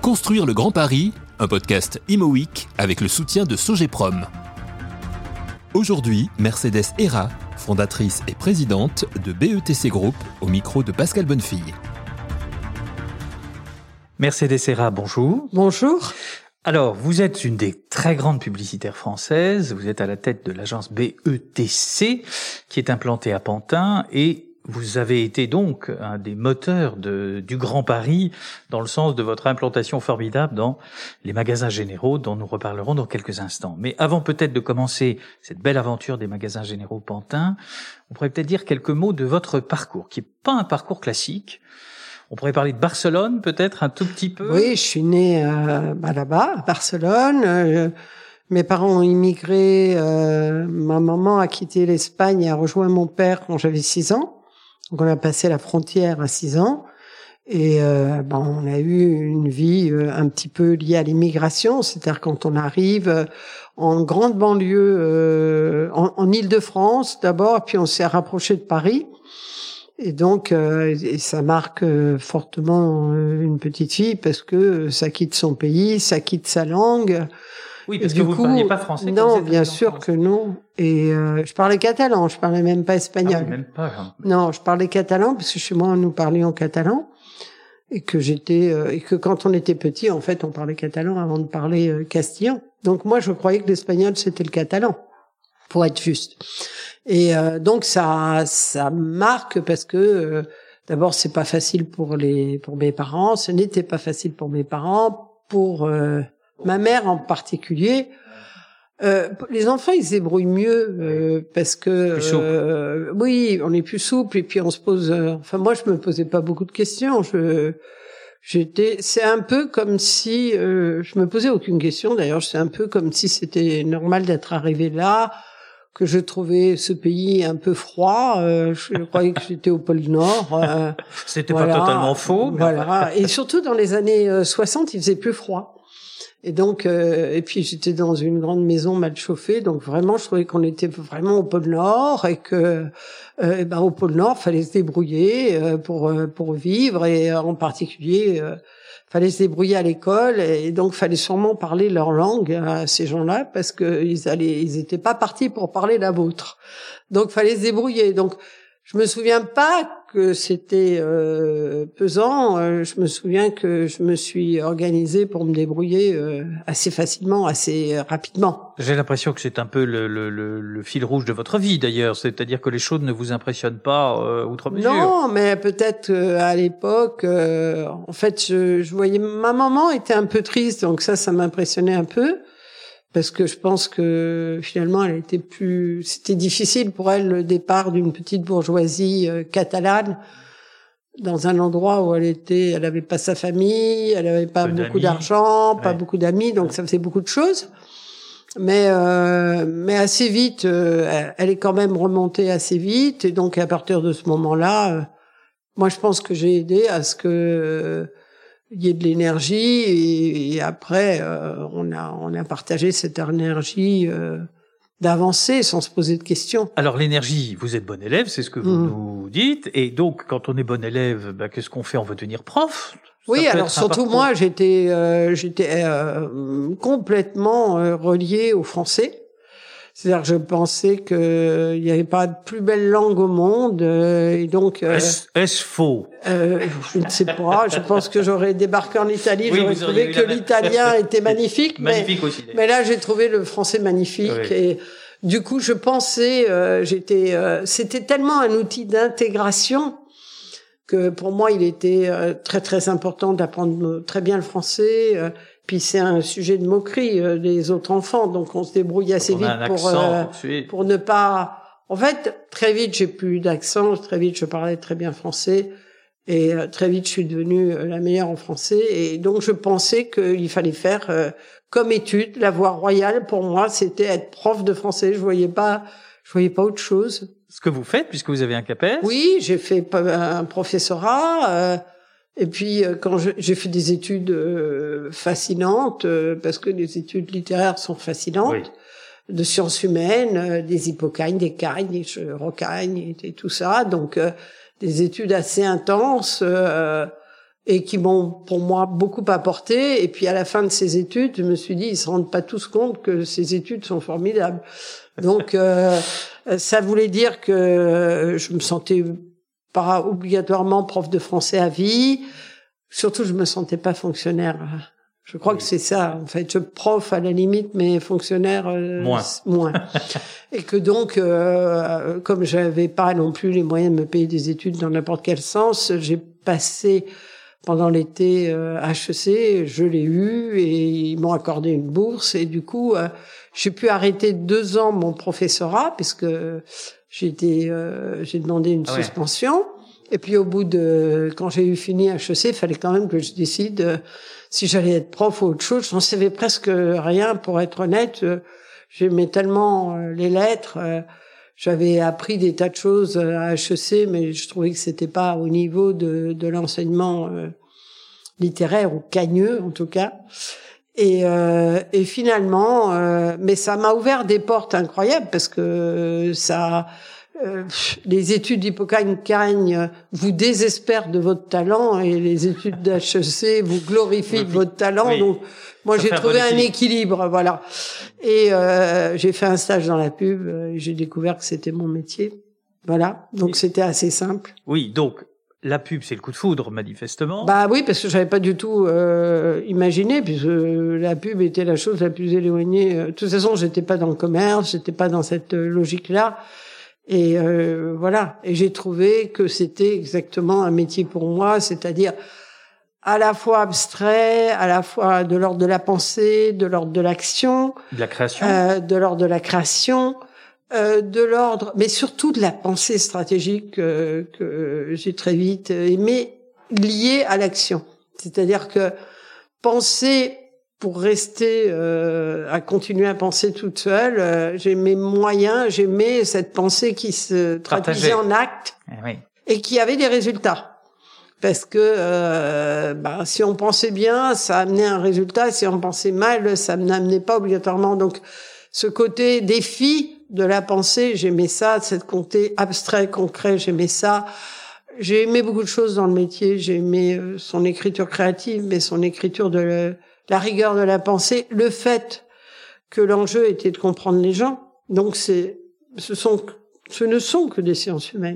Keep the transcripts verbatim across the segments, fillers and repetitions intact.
Construire le Grand Paris, un podcast Imo Week avec le soutien de Sogeprom. Aujourd'hui, Mercedes Hera, fondatrice et présidente de B E T C Group, au micro de Pascal Bonnefille. Mercedes Hera, bonjour. Bonjour. Alors, vous êtes une des très grandes publicitaires françaises. Vous êtes à la tête de l'agence B E T C, qui est implantée à Pantin, et vous avez été donc un des moteurs de, du Grand Paris dans le sens de votre implantation formidable dans les magasins généraux dont nous reparlerons dans quelques instants. Mais avant peut-être de commencer cette belle aventure des magasins généraux Pantin, on pourrait peut-être dire quelques mots de votre parcours, qui n'est pas un parcours classique. On pourrait parler de Barcelone peut-être un tout petit peu. Oui, je suis née euh, bah, là-bas, à Barcelone. Euh, mes parents ont immigré. Euh, ma maman a quitté l'Espagne et a rejoint mon père quand j'avais six ans. Donc on a passé la frontière à six ans et euh, ben, on a eu une vie euh, un petit peu liée à l'immigration, c'est-à-dire quand on arrive euh, en grande banlieue, euh, en, en Île-de-France d'abord, puis on s'est rapproché de Paris. Et donc euh, et ça marque euh, fortement euh, une petite fille parce que ça quitte son pays, ça quitte sa langue. Oui, parce et que vous ne parliez pas français. Non, bien sûr que non. Et euh, je parlais catalan, je parlais même pas espagnol. Ah oui, même pas. Hein. Non, je parlais catalan parce que chez moi nous parlions catalan et que j'étais euh, et que quand on était petit, en fait, on parlait catalan avant de parler euh, castillan. Donc moi, je croyais que l'espagnol c'était le catalan, pour être juste. Et euh, donc ça, ça marque parce que euh, d'abord c'est pas facile pour les pour mes parents, ce n'était pas facile pour mes parents, pour euh, ma mère en particulier. Euh, les enfants, ils se débrouillent mieux euh, parce que euh, oui, on est plus souple et puis on se pose. Euh, enfin, moi, je me posais pas beaucoup de questions. Je, j'étais. C'est un peu comme si euh, je me posais aucune question. D'ailleurs, c'est un peu comme si c'était normal d'être arrivé là, que je trouvais ce pays un peu froid. Euh, je croyais que j'étais au pôle Nord. Euh, C'était voilà, pas totalement faux. Mais voilà. Et surtout dans les années soixante, il faisait plus froid. Et donc, euh, et puis j'étais dans une grande maison mal chauffée, donc vraiment, je trouvais qu'on était vraiment au pôle Nord et que, euh, et ben au pôle Nord, fallait se débrouiller euh, pour euh, pour vivre et euh, en particulier, euh, fallait se débrouiller à l'école et donc fallait sûrement parler leur langue à ces gens-là parce que ils allaient, ils étaient pas partis pour parler la vôtre. Donc, fallait se débrouiller. Donc, je me souviens pas que c'était euh, pesant. Euh, je me souviens que je me suis organisée pour me débrouiller euh, assez facilement, assez euh, rapidement. J'ai l'impression que c'est un peu le, le, le, le fil rouge de votre vie d'ailleurs, c'est-à-dire que les choses ne vous impressionnent pas euh, outre mesure. Non, mais peut-être euh, à l'époque, euh, en fait, je, je voyais ma maman était un peu triste, donc ça, ça m'impressionnait un peu. Parce que je pense que finalement, elle était plus. C'était difficile pour elle le départ d'une petite bourgeoisie euh, catalane dans un endroit où elle était. Elle avait pas sa famille, elle avait pas Peu beaucoup d'amis. d'argent, pas Ouais. beaucoup d'amis, donc ça faisait beaucoup de choses. Mais euh, mais assez vite, euh, elle est quand même remontée assez vite, et donc à partir de ce moment-là, euh, moi je pense que j'ai aidé à ce que euh, il y ait de l'énergie et, et après euh, on a on a partagé cette énergie euh, d'avancer sans se poser de questions. Alors l'énergie, vous êtes bon élève, c'est ce que vous Mmh. nous dites, et donc quand on est bon élève, bah, qu'est-ce qu'on fait? On veut devenir prof? Ça Oui, peut alors être surtout important. moi j'étais euh, j'étais euh, complètement euh, reliée au français. C'est-à-dire que je pensais que il y avait pas de plus belle langue au monde euh, et donc euh, Est-ce, est-ce faux? Euh, je ne sais pas. Je pense que j'aurais débarqué en Italie, Oui, j'aurais vous auriez trouvé eu que la même- l'italien était magnifique. Magnifique mais, aussi, d'ailleurs. Mais là, j'ai trouvé le français magnifique. Oui. Et du coup, je pensais, euh, j'étais, euh, c'était tellement un outil d'intégration que pour moi, il était euh, très très important d'apprendre très bien le français. Euh, puis c'est un sujet de moquerie euh, des autres enfants, donc on se débrouille assez On a vite un pour accent euh, tout de suite. pour ne pas. En fait, très vite, j'ai plus d'accent. Très vite, je parlais très bien français. Et euh, très vite, je suis devenue euh, la meilleure en français. Et donc, je pensais qu'il fallait faire euh, comme étude. La voie royale, pour moi, c'était être prof de français. Je voyais pas, je voyais pas autre chose. Ce que vous faites, puisque vous avez un CAPES. Oui, j'ai fait un professorat. Euh, et puis, euh, quand je, j'ai fait des études euh, fascinantes, euh, parce que les études littéraires sont fascinantes. Oui. De sciences humaines, euh, des hippocagnes, des cagnes, des rocagnes et, et tout ça. Donc, euh, des études assez intenses. Euh, et qui m'ont, pour moi, beaucoup apporté. Et puis, à la fin de ces études, je me suis dit, ils se rendent pas tous compte que ces études sont formidables. Donc, euh, ça voulait dire que je me sentais pas obligatoirement prof de français à vie. Surtout, je me sentais pas fonctionnaire. Je crois oui. que c'est ça, en fait. Je prof à la limite, mais fonctionnaire euh, moins. moins. Et que donc, euh, comme j'avais pas non plus les moyens de me payer des études dans n'importe quel sens, j'ai passé pendant l'été euh, H E C, je l'ai eu et ils m'ont accordé une bourse et du coup, euh, j'ai pu arrêter deux ans mon professorat puisque j'ai été, euh, j'ai demandé une ah suspension. Ouais. Et puis au bout de, quand j'ai eu fini H E C, il fallait quand même que je décide euh, si j'allais être prof ou autre chose. J'en savais presque rien, pour être honnête. Euh, j'aimais tellement euh, les lettres. Euh, j'avais appris des tas de choses à H E C, mais je trouvais que c'était pas au niveau de, de l'enseignement euh, littéraire ou cagneux en tout cas. Et, euh, et finalement, euh, mais ça m'a ouvert des portes incroyables parce que ça. Euh, les études d'Hippocagne vous désespèrent de votre talent et les études d'H E C vous glorifient oui, de votre talent. Oui. Donc, moi, ça j'ai trouvé un, un équilibre, voilà. Et euh, j'ai fait un stage dans la pub et j'ai découvert que c'était mon métier. Voilà. Donc, et c'était assez simple. Oui, donc la pub, c'est le coup de foudre, manifestement. Bah oui, parce que j'avais pas du tout euh, imaginé, puisque la pub était la chose la plus éloignée. De toute façon, j'étais pas dans le commerce, j'étais pas dans cette logique-là. Et euh, voilà, et j'ai trouvé que c'était exactement un métier pour moi, c'est-à-dire à la fois abstrait, à la fois de l'ordre de la pensée, de l'ordre de l'action, de la création, euh, de l'ordre de la création, euh, de l'ordre, mais surtout de la pensée stratégique euh, que j'ai très vite aimé, liée à l'action. C'est-à-dire que penser pour rester euh, à continuer à penser toute seule, euh, j'ai mes moyens, j'aimais cette pensée qui se traduisait en actes eh oui. et qui avait des résultats. Parce que euh, bah, si on pensait bien, ça amenait un résultat. Si on pensait mal, ça n'amenait pas obligatoirement. Donc, ce côté défi de la pensée, j'aimais ça. Cette côté abstrait, concret, j'aimais ça. J'ai aimé beaucoup de choses dans le métier. J'ai aimé euh, son écriture créative, mais son écriture de le, la rigueur de la pensée, le fait que l'enjeu était de comprendre les gens. Donc c'est, ce sont, ce ne sont que des sciences humaines.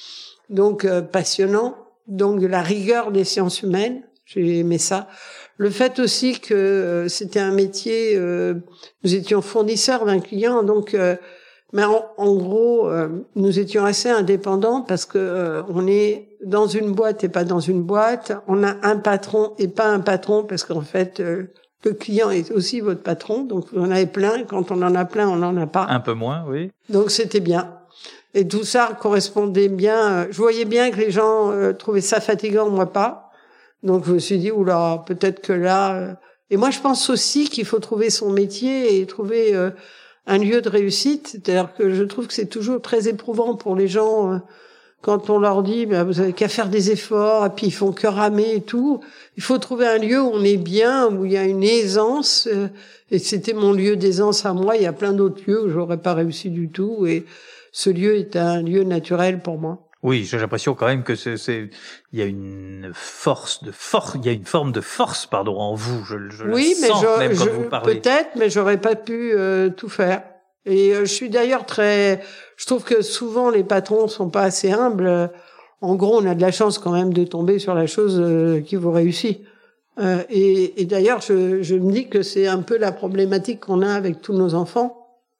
Donc euh, passionnant. Donc de la rigueur des sciences humaines, j'ai aimé ça. Le fait aussi que euh, c'était un métier, euh, nous étions fournisseurs d'un client, donc, euh, mais en, en gros, euh, nous étions assez indépendants parce que euh, on est dans une boîte et pas dans une boîte. On a un patron et pas un patron parce qu'en fait, euh, le client est aussi votre patron. Donc, vous en avez plein. Quand on en a plein, on n'en a pas. Un peu moins, oui. Donc, c'était bien. Et tout ça correspondait bien. Je voyais bien que les gens euh, trouvaient ça fatigant, moi pas. Donc, je me suis dit, oula, peut-être que là... Euh... Et moi, je pense aussi qu'il faut trouver son métier et trouver euh, un lieu de réussite. C'est-à-dire que je trouve que c'est toujours très éprouvant pour les gens... Euh, quand on leur dit, ben, vous avez qu'à faire des efforts, et puis ils font que ramer et tout. Il faut trouver un lieu où on est bien, où il y a une aisance. Euh, et c'était mon lieu d'aisance à moi. Il y a plein d'autres lieux où j'aurais pas réussi du tout. Et ce lieu est un lieu naturel pour moi. Oui, j'ai l'impression quand même que c'est, c'est, il y a une force de force, il y a une forme de force, pardon, en vous. Je, je oui, la mais sens je, même quand je, vous parlez. Peut-être, mais j'aurais pas pu euh, tout faire. Et euh, je suis d'ailleurs très, je trouve que souvent les patrons sont pas assez humbles. En gros, on a de la chance quand même de tomber sur la chose euh, qui vous réussit. Euh, et, et d'ailleurs, je, je me dis que c'est un peu la problématique qu'on a avec tous nos enfants,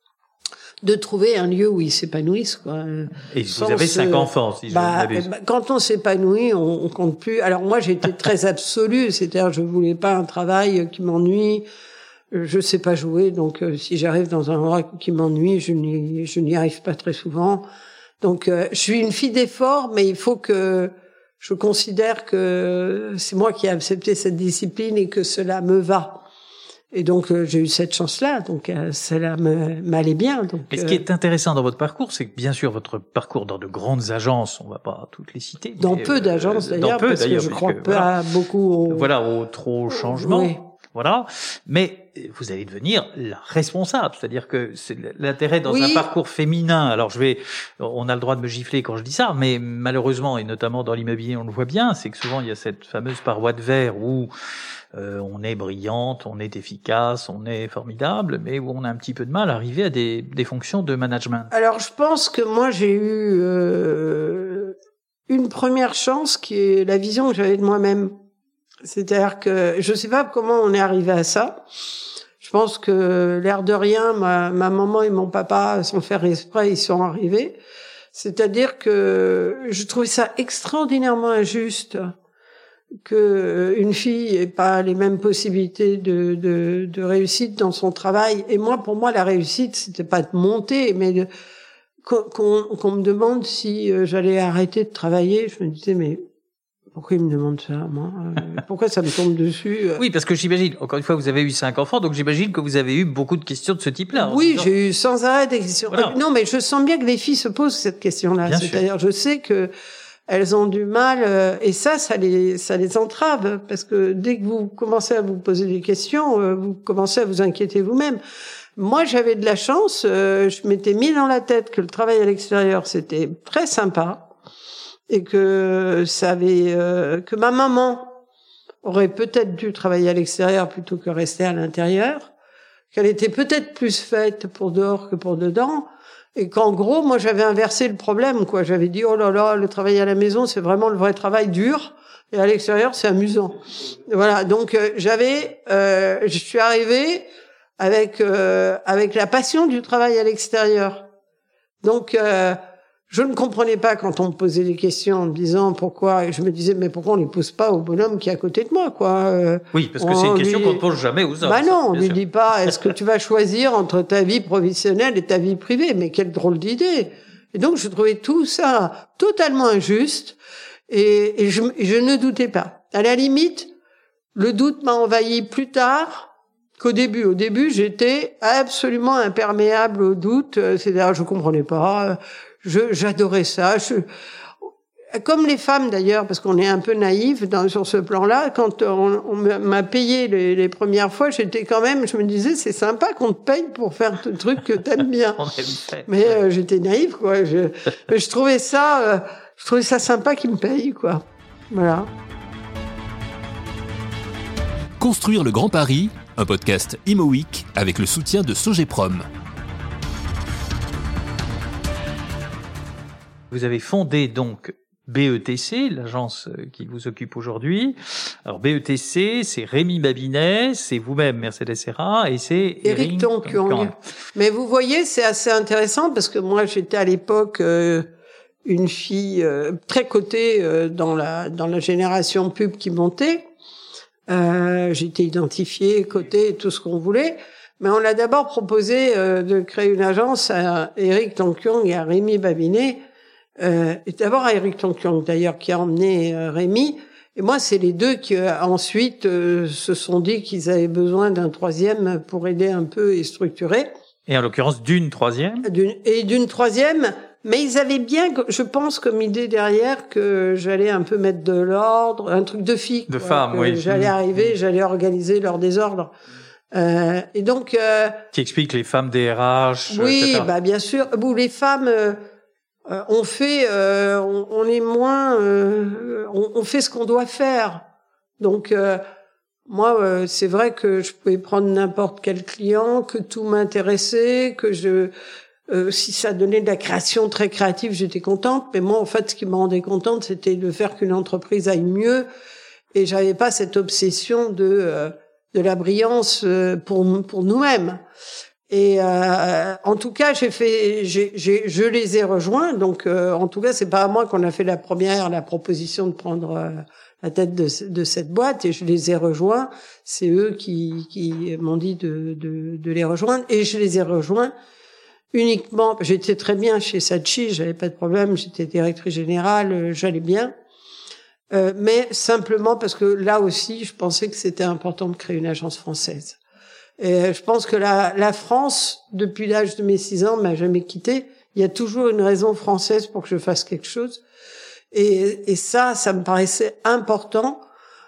de trouver un lieu où ils s'épanouissent, quoi. Et vous avez cinq enfants, si bah, je m'abuse. Bah, quand on s'épanouit, on, on compte plus. Alors moi, j'étais très absolue, c'est-à-dire je voulais pas un travail qui m'ennuie. Je sais pas jouer, donc euh, si j'arrive dans un endroit qui m'ennuie, je n'y, je n'y arrive pas très souvent. Donc, euh, je suis une fille d'effort, mais il faut que je considère que c'est moi qui ai accepté cette discipline et que cela me va. Et donc, euh, j'ai eu cette chance-là, donc euh, cela me, m'allait bien. Donc, et ce euh, qui est intéressant dans votre parcours, c'est que bien sûr, votre parcours dans de grandes agences, on va pas toutes les citer. Dans mais, peu d'agences, euh, d'ailleurs, dans peu, parce d'ailleurs, que je crois puisque, pas voilà, beaucoup au... Voilà, au trop changement. Oui. Voilà. Mais vous allez devenir la responsable. C'est-à-dire que c'est l'intérêt dans oui. un parcours féminin. Alors je vais, on a le droit de me gifler quand je dis ça, mais malheureusement, et notamment dans l'immobilier, on le voit bien, c'est que souvent il y a cette fameuse paroi de verre où euh, on est brillante, on est efficace, on est formidable, mais où on a un petit peu de mal à arriver à des, des fonctions de management. Alors je pense que moi j'ai eu euh, une première chance qui est la vision que j'avais de moi-même. C'est-à-dire que je sais pas comment on est arrivé à ça. Je pense que l'air de rien, ma, ma maman et mon papa, sans faire exprès, ils sont arrivés. C'est-à-dire que je trouvais ça extraordinairement injuste que une fille ait pas les mêmes possibilités de, de, de réussite dans son travail. Et moi, pour moi, la réussite, c'était pas de monter, mais de, qu'on, qu'on me demande si j'allais arrêter de travailler. Je me disais, mais pourquoi il me demande ça, moi? Pourquoi ça me tombe dessus? Oui, parce que j'imagine, encore une fois, vous avez eu cinq enfants, donc j'imagine que vous avez eu beaucoup de questions de ce type-là. Oui, disant... j'ai eu sans arrêt des questions. Voilà. Non, mais je sens bien que les filles se posent cette question-là. Bien C'est-à-dire, sûr. Je sais que elles ont du mal, euh, et ça, ça les, ça les entrave, parce que dès que vous commencez à vous poser des questions, euh, vous commencez à vous inquiéter vous-même. Moi, j'avais de la chance, euh, je m'étais mis dans la tête que le travail à l'extérieur, c'était très sympa. Et que ça avait euh, que ma maman aurait peut-être dû travailler à l'extérieur plutôt que rester à l'intérieur, qu'elle était peut-être plus faite pour dehors que pour dedans, et qu'en gros moi j'avais inversé le problème, quoi. J'avais dit oh là là, le travail à la maison c'est vraiment le vrai travail dur, et à l'extérieur c'est amusant. Voilà, donc euh, j'avais euh, je suis arrivée avec euh, avec la passion du travail à l'extérieur. Donc euh, je ne comprenais pas quand on me posait des questions en me disant pourquoi, et je me disais mais pourquoi on les pose pas au bonhomme qui est à côté de moi, quoi. Euh, oui, parce que c'est une question lui... qu'on ne pose jamais aux hommes. Bah non, ça, on lui sûr. dit pas est-ce que tu vas choisir entre ta vie professionnelle et ta vie privée, mais quelle drôle d'idée. Et donc je trouvais tout ça totalement injuste, et, et je, je ne doutais pas. À la limite, le doute m'a envahi plus tard qu'au début. Au début, j'étais absolument imperméable au doute, c'est-à-dire je comprenais pas. Je, j'adorais ça. Je, comme les femmes d'ailleurs, parce qu'on est un peu naïf dans, sur ce plan-là. Quand on, on m'a payé les, les premières fois, j'étais quand même, je me disais, c'est sympa qu'on te paye pour faire ce truc que t'aimes bien. Mais euh, j'étais naïve, quoi. Je, mais je trouvais ça, euh, je trouvais ça sympa qu'ils me payent, quoi. Voilà. Construire le Grand Paris, un podcast Imo Week avec le soutien de Sogeprom. Vous avez fondé donc B E T C, l'agence qui vous occupe aujourd'hui. Alors B E T C, c'est Rémi Babinet, c'est vous-même Mercedes Serra et c'est Éric Tonkyong. Mais vous voyez, c'est assez intéressant parce que moi j'étais à l'époque euh, une fille euh, très cotée euh, dans la dans la génération pub qui montait. Euh, j'étais identifiée, cotée, tout ce qu'on voulait. Mais on l'a d'abord proposé euh, de créer une agence à Éric Tonkyong et à Rémi Babinet. Euh, et d'abord à Éric Tonkyong d'ailleurs qui a emmené euh, Rémi, et moi c'est les deux qui euh, ensuite euh, se sont dit qu'ils avaient besoin d'un troisième pour aider un peu et structurer. Et en l'occurrence d'une troisième. D'une, et d'une troisième, mais ils avaient bien, je pense, comme idée derrière que j'allais un peu mettre de l'ordre, un truc de fille. De femme, oui. J'allais arriver, mmh. j'allais organiser leur désordre. Euh, et donc. Euh, qui explique les femmes des R H. Oui, et cetera. Bah bien sûr. Ou les femmes. Euh, Euh, on fait, euh, on, on est moins, euh, on, on fait ce qu'on doit faire. Donc euh, moi, euh, c'est vrai que je pouvais prendre n'importe quel client, que tout m'intéressait, que je, euh, si ça donnait de la création très créative, j'étais contente. Mais moi, en fait, ce qui me rendait contente, c'était de faire qu'une entreprise aille mieux. Et j'avais pas cette obsession de euh, de la brillance pour pour nous-mêmes. Et euh, en tout cas, j'ai fait, j'ai, j'ai, je les ai rejoints. Donc, euh, en tout cas, c'est pas à moi qu'on a fait la première, la proposition de prendre euh, la tête de, de cette boîte. Et je les ai rejoints. C'est eux qui, qui m'ont dit de, de, de les rejoindre. Et je les ai rejoints uniquement. J'étais très bien chez Saatchi, j'avais pas de problème. J'étais directrice générale, j'allais bien. Euh, mais simplement parce que là aussi, je pensais que c'était important de créer une agence française. Et je pense que la, la France, depuis l'âge de mes six ans, m'a jamais quitté. Il y a toujours une raison française pour que je fasse quelque chose. Et, et ça, ça me paraissait important.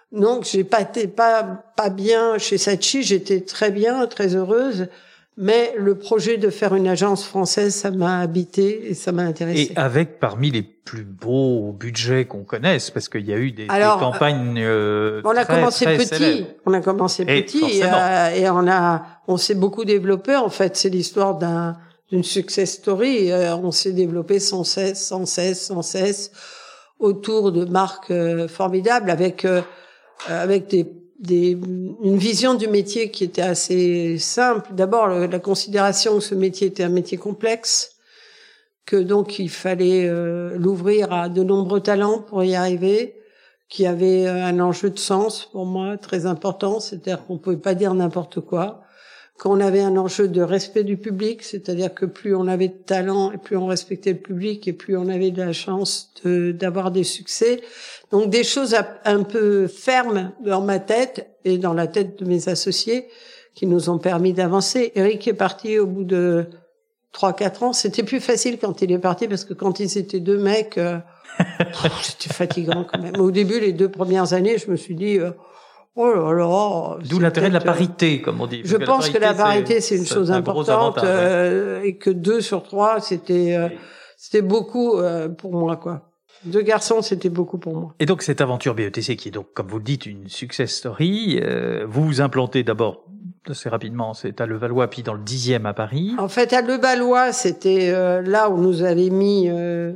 Donc, j'ai pas été pas pas bien chez Saatchi. J'étais très bien, très heureuse. Mais le projet de faire une agence française, ça m'a habité et ça m'a intéressé. Et avec parmi les plus beaux budgets qu'on connaisse, parce qu'il y a eu des, Alors, des campagnes euh, on a très, commencé très petit. célèbres. On a commencé Et petit et, euh, et on a, on s'est beaucoup développé. En fait, c'est l'histoire d'un d'une success story. Euh, on s'est développé sans cesse, sans cesse, sans cesse autour de marques euh, formidables, avec euh, avec des Des, une vision du métier qui était assez simple. D'abord, le, la considération que ce métier était un métier complexe, que donc il fallait euh, l'ouvrir à de nombreux talents pour y arriver, qu'il y avait euh, un enjeu de sens pour moi très important, c'est-à-dire qu'on pouvait pas dire n'importe quoi, qu'on avait un enjeu de respect du public, c'est-à-dire que plus on avait de talent et plus on respectait le public et plus on avait de la chance de, d'avoir des succès. Donc des choses un peu fermes dans ma tête et dans la tête de mes associés qui nous ont permis d'avancer. Eric est parti au bout de trois, quatre ans. C'était plus facile quand il est parti parce que quand ils étaient deux mecs, euh, c'était fatigant quand même. Au début, les deux premières années, je me suis dit, euh, oh là là. D'où l'intérêt de la parité, comme on dit. Je pense parité, que la parité, c'est, c'est une c'est chose importante euh, ouais. et que deux sur trois, c'était euh, oui. c'était beaucoup euh, pour moi, quoi. Deux garçons, c'était beaucoup pour moi. Et donc, cette aventure B E T C, qui est donc, comme vous le dites, une success story, euh, vous vous implantez d'abord, assez rapidement, c'est à Levallois, puis dans le dixième à Paris. En fait, à Levallois, c'était euh, là où nous avait mis euh,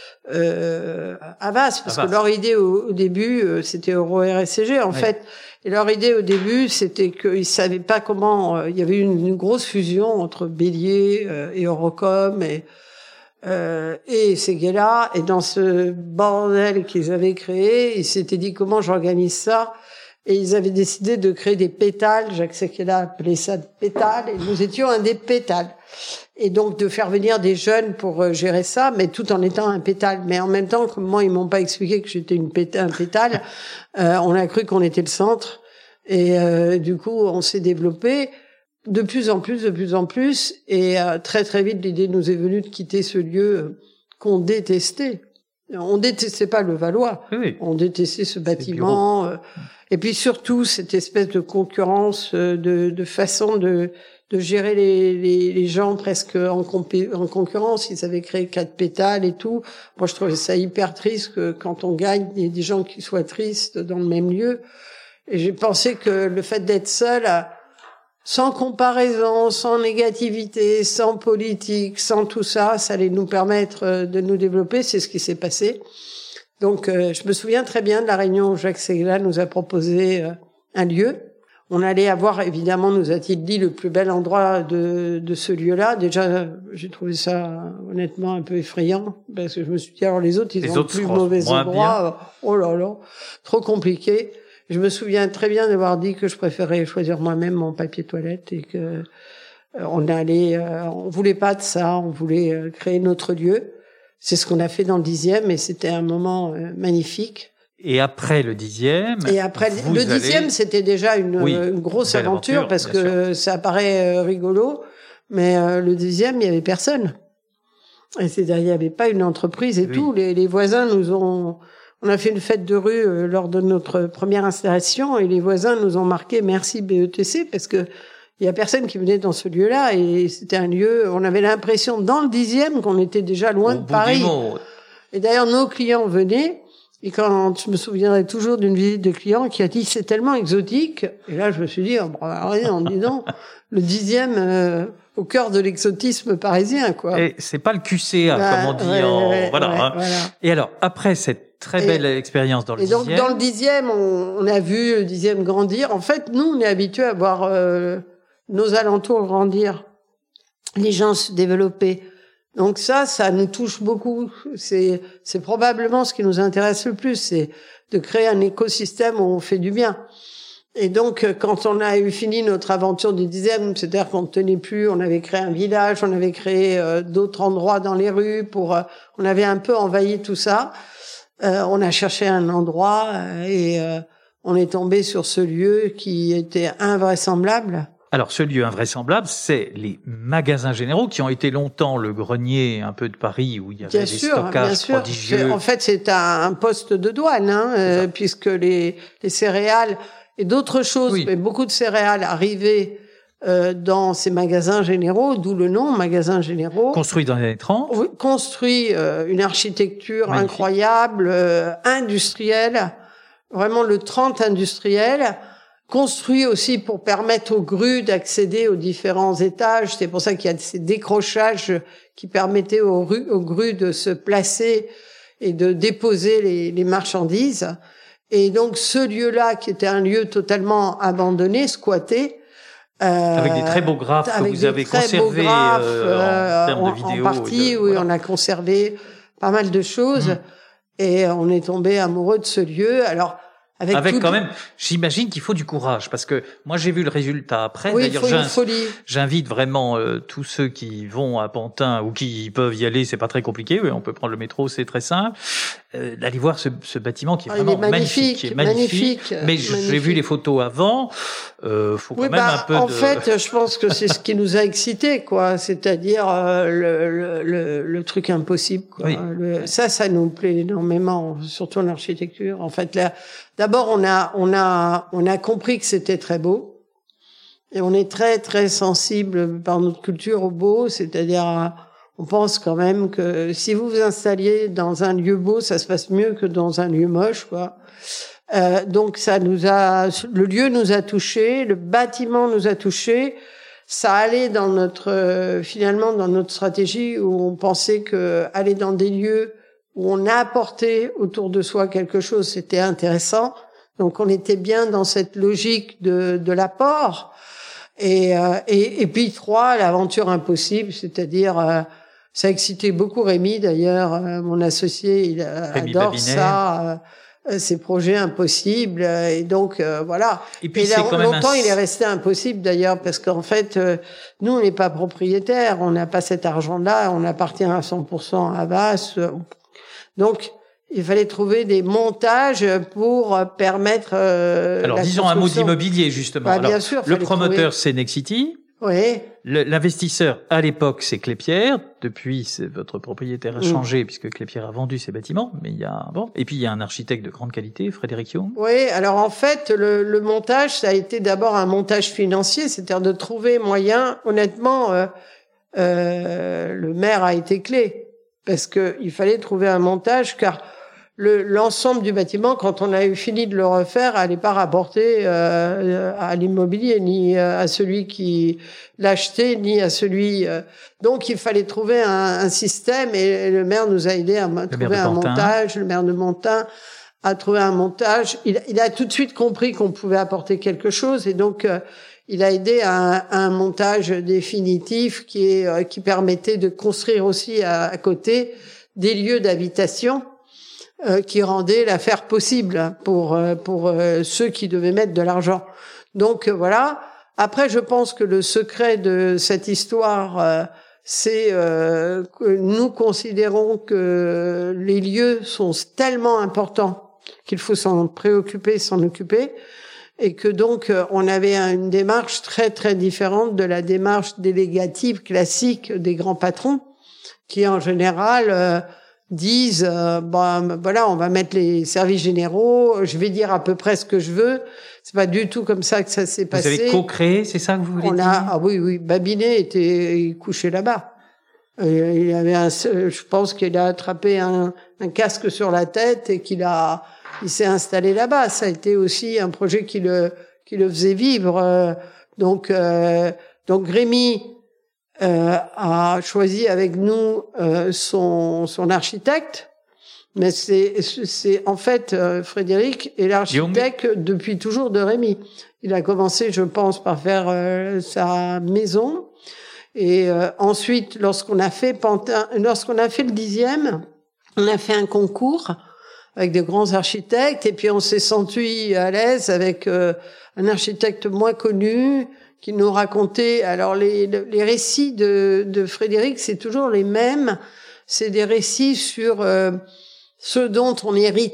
euh, Havas, parce Havas. que leur idée au, au début, euh, c'était Euro R S C G, en oui. fait. Et leur idée au début, c'était qu'ils savaient pas comment... Euh, il y avait une, une grosse fusion entre Bélier euh, et Eurocom et... Euh, et Séguéla, et dans ce bordel qu'ils avaient créé, ils s'étaient dit comment j'organise ça, et ils avaient décidé de créer des pétales. Jacques Séguéla appelait ça des pétales, et nous étions un des pétales. Et donc de faire venir des jeunes pour euh, gérer ça, mais tout en étant un pétale. Mais en même temps, comme moi, ils m'ont pas expliqué que j'étais une pétale, un pétale, euh, on a cru qu'on était le centre, et euh, du coup, on s'est développé. De plus en plus, de plus en plus, et euh, très très vite, l'idée nous est venue de quitter ce lieu euh, qu'on détestait. On détestait pas Levallois, oui. on détestait ce bâtiment, euh, et puis surtout cette espèce de concurrence, euh, de, de façon de, de gérer les, les, les gens presque en, compé- en concurrence. Ils avaient créé quatre pétales et tout. Moi, je trouvais ça hyper triste que quand on gagne, il y ait des gens qui soient tristes dans le même lieu. Et j'ai pensé que le fait d'être seul à sans comparaison, sans négativité, sans politique, sans tout ça, ça allait nous permettre de nous développer. C'est ce qui s'est passé. Donc, euh, je me souviens très bien de la réunion où Jacques Séguéla nous a proposé euh, un lieu. On allait avoir, évidemment, nous a-t-il dit, le plus bel endroit de, de ce lieu-là. Déjà, j'ai trouvé ça honnêtement un peu effrayant, parce que je me suis dit, alors les autres, ils les ont autres le plus mauvais endroit. Bien. Oh là là, trop compliqué. Je me souviens très bien d'avoir dit que je préférais choisir moi-même mon papier toilette et que euh, on allait, euh, on voulait pas de ça, on voulait euh, créer notre lieu. C'est ce qu'on a fait dans le dixième et c'était un moment euh, magnifique. Et après le dixième. Et après le dixième, allez... c'était déjà une, oui, une grosse aventure, aventure parce que sûr. ça paraît euh, rigolo, mais euh, le dixième, il y avait personne. Et c'est-à-dire, il y avait pas une entreprise et oui. tout. Les, les voisins nous ont. On a fait une fête de rue euh, lors de notre première installation et les voisins nous ont marqué merci B E T C parce que il y a personne qui venait dans ce lieu-là et c'était un lieu, on avait l'impression dans le dixième qu'on était déjà loin Au de Paris. Et d'ailleurs, nos clients venaient et quand je me souviendrai toujours d'une visite de client qui a dit c'est tellement exotique et là je me suis dit oh, bah, rien en disant le dixième euh, au cœur de l'exotisme parisien quoi. Et c'est pas le Q C A bah, comme on dit ouais, en ouais, voilà, ouais, hein. voilà. Et alors après cette très belle et, expérience dans le et dixième. Et donc, dans le dixième, on, on a vu le dixième grandir. En fait, nous, on est habitués à voir euh, nos alentours grandir, les gens se développer. Donc ça, ça nous touche beaucoup. C'est, c'est probablement ce qui nous intéresse le plus, c'est de créer un écosystème où on fait du bien. Et donc, quand on a eu fini notre aventure du dixième, c'est-à-dire qu'on ne tenait plus, on avait créé un village, on avait créé euh, d'autres endroits dans les rues, pour, euh, on avait un peu envahi tout ça. Euh, on a cherché un endroit euh, et euh, on est tombé sur ce lieu qui était invraisemblable. Alors, ce lieu invraisemblable, c'est les magasins généraux qui ont été longtemps le grenier un peu de Paris où il y avait bien des sûr, stockages bien sûr. prodigieux. En fait, c'est un, un poste de douane, hein, euh, puisque les, les céréales et d'autres choses, oui. mais beaucoup de céréales arrivaient euh, dans ces magasins généraux, d'où le nom magasins généraux. Construits dans les années trente. Oui, construit euh, une architecture magnifique, incroyable, euh, industrielle, vraiment le trente industriel. Construit aussi pour permettre aux grues d'accéder aux différents étages. C'est pour ça qu'il y a ces décrochages qui permettaient aux, rues, aux grues de se placer et de déposer les, les marchandises. Et donc, ce lieu-là, qui était un lieu totalement abandonné, squatté, euh, avec des très beaux graphes que vous avez conservés graphes, euh, en termes de vidéos. En partie, de, oui, voilà. on a conservé pas mal de choses. Mmh. Et on est tombé amoureux de ce lieu. Alors, Avec, Avec quand même, j'imagine qu'il faut du courage, parce que moi j'ai vu le résultat après. Oui, d'ailleurs, il faut une folie. J'invite vraiment euh, tous ceux qui vont à Pantin ou qui peuvent y aller, c'est pas très compliqué. Oui, on peut prendre le métro, c'est très simple. Euh, d'aller voir ce, ce bâtiment qui est ah, vraiment est magnifique, magnifique, magnifique. magnifique Mais magnifique. j'ai vu les photos avant. Euh, faut quand oui, même bah, un peu. En de... fait, je pense que c'est ce qui nous a excités, quoi. C'est-à-dire euh, le, le, le, le truc impossible. Quoi. Oui. Le, ça, ça nous plaît énormément, surtout en architecture. En fait, là, d'abord, on a, on a, on a compris que c'était très beau, et on est très, très sensible par notre culture au beau. C'est-à-dire, on pense quand même que si vous vous installiez dans un lieu beau, ça se passe mieux que dans un lieu moche, quoi. Euh, donc ça nous a, le lieu nous a touchés, le bâtiment nous a touchés. Ça allait dans notre, euh, finalement, dans notre stratégie où on pensait que aller dans des lieux où on a apporté autour de soi quelque chose, c'était intéressant. Donc on était bien dans cette logique de, de l'apport. Et, euh, et, et puis trois, l'aventure impossible, c'est-à-dire, euh, ça a excité beaucoup Rémi d'ailleurs, euh, mon associé, il Rémi adore Babinet. ça. Euh, ces projets impossibles, et donc euh, voilà. Et puis et c'est là, quand longtemps, même un... il est resté impossible d'ailleurs, parce qu'en fait, euh, nous, on n'est pas propriétaires, on n'a pas cet argent-là, on appartient à cent pour cent à Havas. Donc, il fallait trouver des montages pour permettre. Euh, Alors, la disons un mot d'immobilier justement. Bah, Alors, bien sûr, le promoteur, trouver... c'est Nexity. Oui. L'investisseur, à l'époque, c'est Clépierre. Depuis, c'est votre propriétaire a changé, mmh. puisque Clépierre a vendu ses bâtiments. Mais il y a, bon. Et puis, il y a un architecte de grande qualité, Frédéric Young. Oui. Alors, en fait, le, le montage, ça a été d'abord un montage financier. C'est-à-dire de trouver moyen, honnêtement, euh, euh, le maire a été clé. Parce que il fallait trouver un montage, car le, l'ensemble du bâtiment, quand on a eu fini de le refaire, allait pas rapporter euh, à l'immobilier, ni à celui qui l'achetait, ni à celui... Euh, donc, il fallait trouver un, un système, et le maire nous a aidé à le trouver un montage. Le maire de Pantin a trouvé un montage. Il, il a tout de suite compris qu'on pouvait apporter quelque chose, et donc euh, il a aidé à un, à un montage définitif qui, est, euh, qui permettait de construire aussi à, à côté des lieux d'habitation, Euh, qui rendait l'affaire possible pour euh, pour euh, ceux qui devaient mettre de l'argent. Donc euh, voilà. Après, je pense que le secret de cette histoire, euh, c'est euh, que nous considérons que les lieux sont tellement importants qu'il faut s'en préoccuper, s'en occuper, et que donc euh, on avait une démarche très très différente de la démarche délégative classique des grands patrons, qui en général euh, disent euh, bon voilà, on va mettre les services généraux, je vais dire à peu près ce que je veux. C'est pas du tout comme ça que ça s'est passé. Vous avez co-créé, c'est ça que vous voulez on dire? a, ah oui oui, Babinet était couché là-bas. Il avait un, je pense qu'il a attrapé un, un casque sur la tête et qu'il a, il s'est installé là-bas. Ça a été aussi un projet qui le qui le faisait vivre. Donc euh, donc Rémi Euh, a choisi avec nous euh, son son architecte, mais c'est c'est en fait euh, Frédéric est l'architecte Young. Depuis toujours de Rémi. Il a commencé, je pense, par faire euh, sa maison, et euh, ensuite, lorsqu'on a fait Pantin, lorsqu'on a fait le dixième, on a fait un concours avec de grands architectes, et puis on s'est senti à l'aise avec euh, un architecte moins connu, qui nous racontait, alors les, les récits de, de Frédéric, c'est toujours les mêmes. C'est des récits sur euh, ce dont on hérite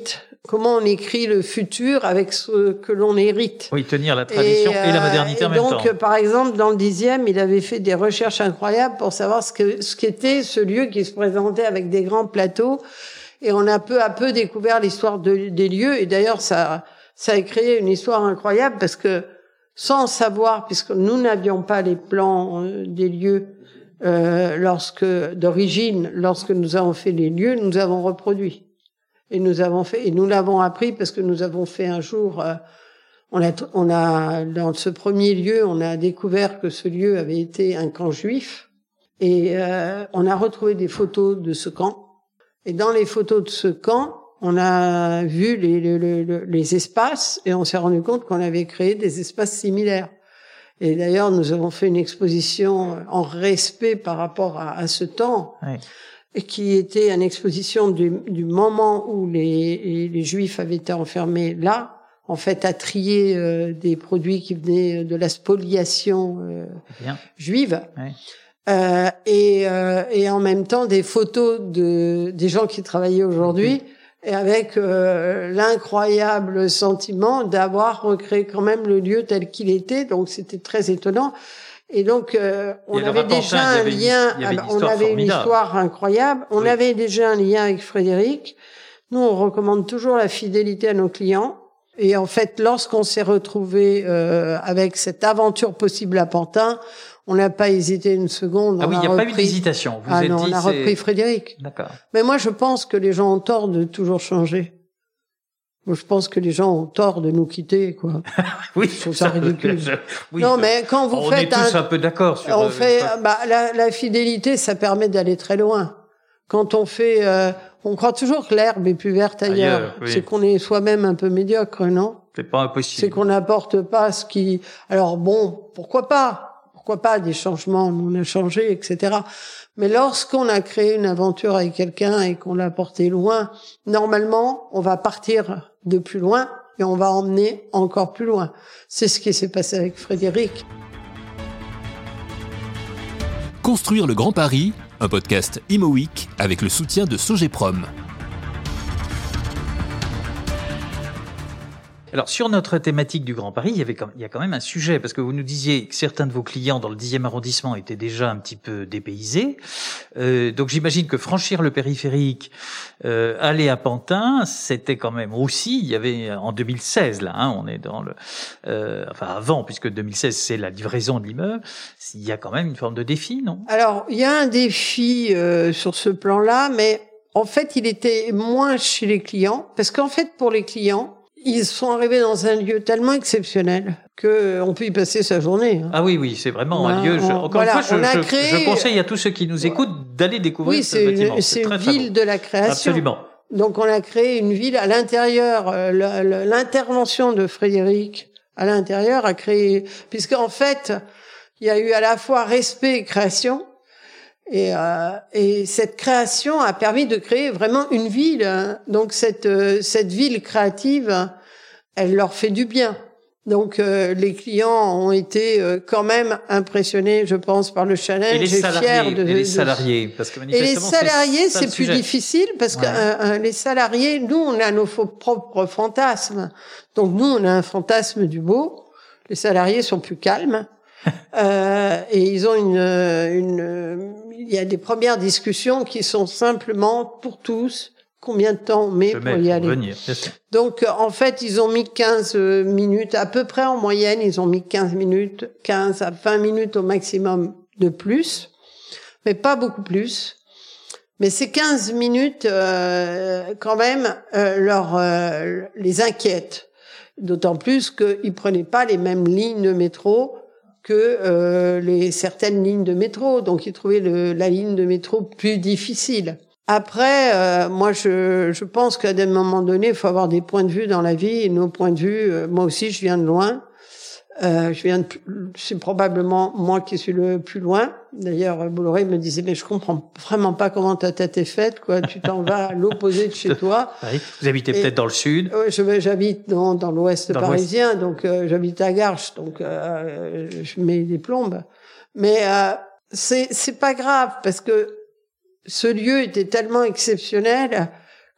comment on écrit le futur avec ce que l'on hérite. Oui, tenir la tradition et, euh, et la modernité et en même donc, temps. Donc, par exemple, dans le dixième, il avait fait des recherches incroyables pour savoir ce que ce qu'était ce lieu qui se présentait avec des grands plateaux. Et on a peu à peu découvert l'histoire de, des lieux. Et d'ailleurs, ça, ça a créé une histoire incroyable parce que sans savoir, puisque nous n'avions pas les plans euh, des lieux euh, lorsque d'origine, lorsque nous avons fait les lieux, nous avons reproduit. Et nous avons fait, et nous l'avons appris parce que nous avons fait un jour, euh, on a, on a, dans ce premier lieu, on a découvert que ce lieu avait été un camp juif, et euh, on a retrouvé des photos de ce camp. Et dans les photos de ce camp, on a vu les, les, les, les espaces, et on s'est rendu compte qu'on avait créé des espaces similaires. Et d'ailleurs, nous avons fait une exposition en respect par rapport à, à ce temps. Oui. Et qui était une exposition du, du moment où les, les Juifs avaient été enfermés là, en fait, à trier euh, des produits qui venaient de la spoliation euh, juive, oui. euh, et, euh, et en même temps des photos de des gens qui travaillaient aujourd'hui, oui. et avec euh, l'incroyable sentiment d'avoir recréé quand même le lieu tel qu'il était. Donc c'était très étonnant. Et donc, euh, on avait Rapentin, déjà un lien, une, avait on avait formidable. Une histoire incroyable, on oui. avait déjà un lien avec Frédéric. Nous, on recommande toujours la fidélité à nos clients. Et en fait, lorsqu'on s'est retrouvé euh, avec cette aventure possible à Pantin, on n'a pas hésité une seconde. Ah on oui, il n'y a repris... pas eu d'hésitation. Vous ah êtes non, dit, on a c'est... repris Frédéric. D'accord. Mais moi, je pense que les gens ont tort de toujours changer. Moi, je pense que les gens ont tort de nous quitter, quoi. Oui, je trouve ça ridicule. Je... Oui, non, mais quand vous on faites est tous un, un peu d'accord sur. On euh, fait, bah, la, la fidélité, ça permet d'aller très loin. Quand on fait, euh, on croit toujours que l'herbe est plus verte ailleurs. ailleurs oui. C'est qu'on est soi-même un peu médiocre, non? C'est pas impossible. C'est qu'on n'apporte pas ce qui. Alors bon, pourquoi pas? Pourquoi pas des changements? Nous, on a changé, et cetera. Mais lorsqu'on a créé une aventure avec quelqu'un et qu'on l'a porté loin, normalement, on va partir de plus loin et on va emmener encore plus loin. C'est ce qui s'est passé avec Frédéric. Construire le Grand Paris, un podcast Imo Week avec le soutien de Sogeprom. Alors, sur notre thématique du Grand Paris, il y avait, il y a quand même un sujet, parce que vous nous disiez que certains de vos clients dans le dixième arrondissement étaient déjà un petit peu dépaysés. Euh, donc, j'imagine que franchir le périphérique, euh, aller à Pantin, c'était quand même aussi, il y avait en deux mille seize, là, hein, on est dans le, euh, enfin avant, puisque deux mille seize, c'est la livraison de l'immeuble, il y a quand même une forme de défi, non? Alors, il y a un défi euh, sur ce plan-là, mais en fait, il était moins chez les clients, parce qu'en fait, pour les clients, ils sont arrivés dans un lieu tellement exceptionnel que on peut y passer sa journée. Hein. Ah oui, oui, c'est vraiment un lieu. Je, encore voilà, une fois, je, je, créé... je conseille à tous ceux qui nous écoutent d'aller découvrir oui, ce bâtiment. Oui, c'est une ville de la création. Absolument. Donc, on a créé une ville à l'intérieur. L'intervention de Frédéric à l'intérieur a créé, puisqu'en fait, il y a eu à la fois respect et création. Et, euh, et cette création a permis de créer vraiment une ville. Hein. Donc cette euh, cette ville créative, elle leur fait du bien. Donc euh, les clients ont été euh, quand même impressionnés, je pense, par le challenge. Et les salariés, de, et les de... salariés, parce que et les salariés, c'est, c'est plus sujet. difficile parce ouais. que euh, les salariés, nous, on a nos propres fantasmes. Donc nous, on a un fantasme du beau. Les salariés sont plus calmes. euh, et ils ont une, une, il y a des premières discussions qui sont simplement pour tous. Combien de temps on met Je pour y aller? Venir, bien sûr. Donc, en fait, ils ont mis quinze minutes, à peu près en moyenne, ils ont mis quinze minutes, quinze à vingt minutes au maximum de plus, mais pas beaucoup plus. Mais ces quinze minutes, euh, quand même, euh, leur, euh, les inquiètent. D'autant plus qu'ils prenaient pas les mêmes lignes de métro que euh, les certaines lignes de métro, donc ils trouvaient le, la ligne de métro plus difficile. Après, euh, moi, je, je pense qu'à un moment donné, il faut avoir des points de vue dans la vie. Et nos points de vue, euh, moi aussi, je viens de loin. Euh, je viens de, c'est probablement moi qui suis le plus loin. D'ailleurs, Bolloré me disait, mais je comprends vraiment pas comment ta tête est faite, quoi. Tu t'en vas à l'opposé de chez toi. Oui. Vous habitez et, peut-être dans le sud. Oui, je, j'habite dans, dans l'ouest dans parisien, l'ouest. donc euh, j'habite à Garches, donc euh, je mets des plombes. Mais euh, c'est c'est pas grave parce que ce lieu était tellement exceptionnel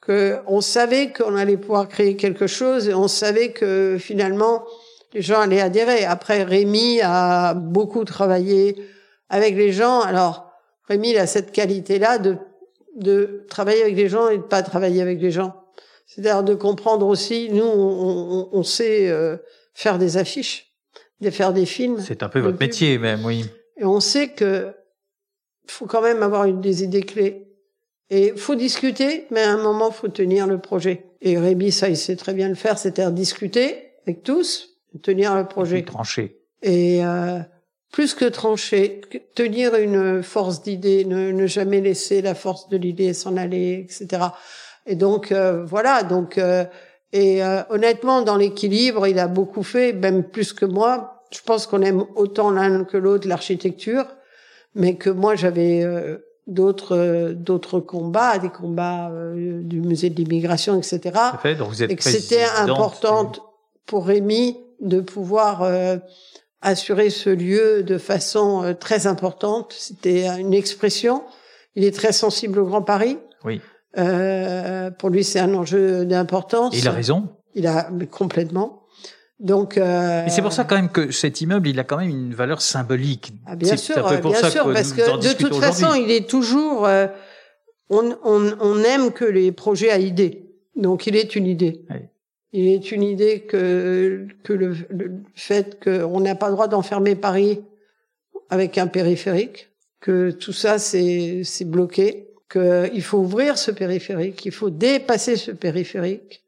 que on savait qu'on allait pouvoir créer quelque chose et on savait que finalement les gens allaient adhérer. Après, Rémi a beaucoup travaillé avec les gens. Alors, Rémi, il a cette qualité-là de, de travailler avec les gens et de pas travailler avec les gens. C'est-à-dire de comprendre aussi, nous, on, on, on sait euh, faire des affiches, de faire des films. C'est un peu votre métier même, oui. Et on sait que faut quand même avoir une, des idées clés. Et faut discuter, mais à un moment, faut tenir le projet. Et Rémi, ça, il sait très bien le faire, c'est-à-dire discuter avec tous, tenir le projet. Et puis trancher. Et euh, plus que trancher, tenir une force d'idée, ne, ne jamais laisser la force de l'idée s'en aller, et cetera. Et donc euh, voilà, donc euh, et euh, honnêtement, dans l'équilibre, il a beaucoup fait, même plus que moi. Je pense qu'on aime autant l'un que l'autre l'architecture, mais que moi j'avais euh, d'autres euh, d'autres combats, des combats euh, du musée de l'immigration, et cetera. Ça fait, donc vous êtes et que c'était important du... pour Rémi de pouvoir euh, assurer ce lieu de façon euh, très importante. C'était une expression. Il est très sensible au Grand Paris. Oui. Euh, pour lui, c'est un enjeu d'importance. Et il a raison. Il a mais complètement. Donc. Euh, Et c'est pour ça quand même que cet immeuble, il a quand même une valeur symbolique. Ah, bien c'est sûr, un peu pour bien ça sûr, que parce que de toute façon, il est toujours. Euh, on, on, on aime que les projets à idée. Donc, il est une idée. Oui. Il est une idée que que le, le fait qu'on n'a pas le droit d'enfermer Paris avec un périphérique, que tout ça c'est c'est bloqué. Qu'il faut ouvrir ce périphérique, qu'il faut dépasser ce périphérique,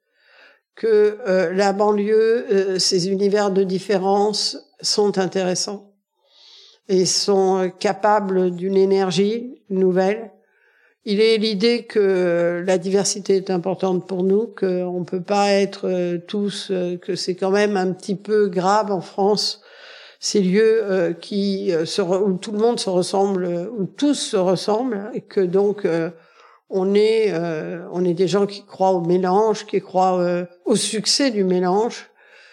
que euh, la banlieue, euh, ces univers de différence sont intéressants et sont capables d'une énergie nouvelle. Il est l'idée que la diversité est importante pour nous, qu'on ne peut pas être euh, tous, euh, que c'est quand même un petit peu grave en France, ces lieux euh, qui euh, se re, où tout le monde se ressemble, où tous se ressemblent, et que donc euh, on est euh, on est des gens qui croient au mélange, qui croient euh, au succès du mélange.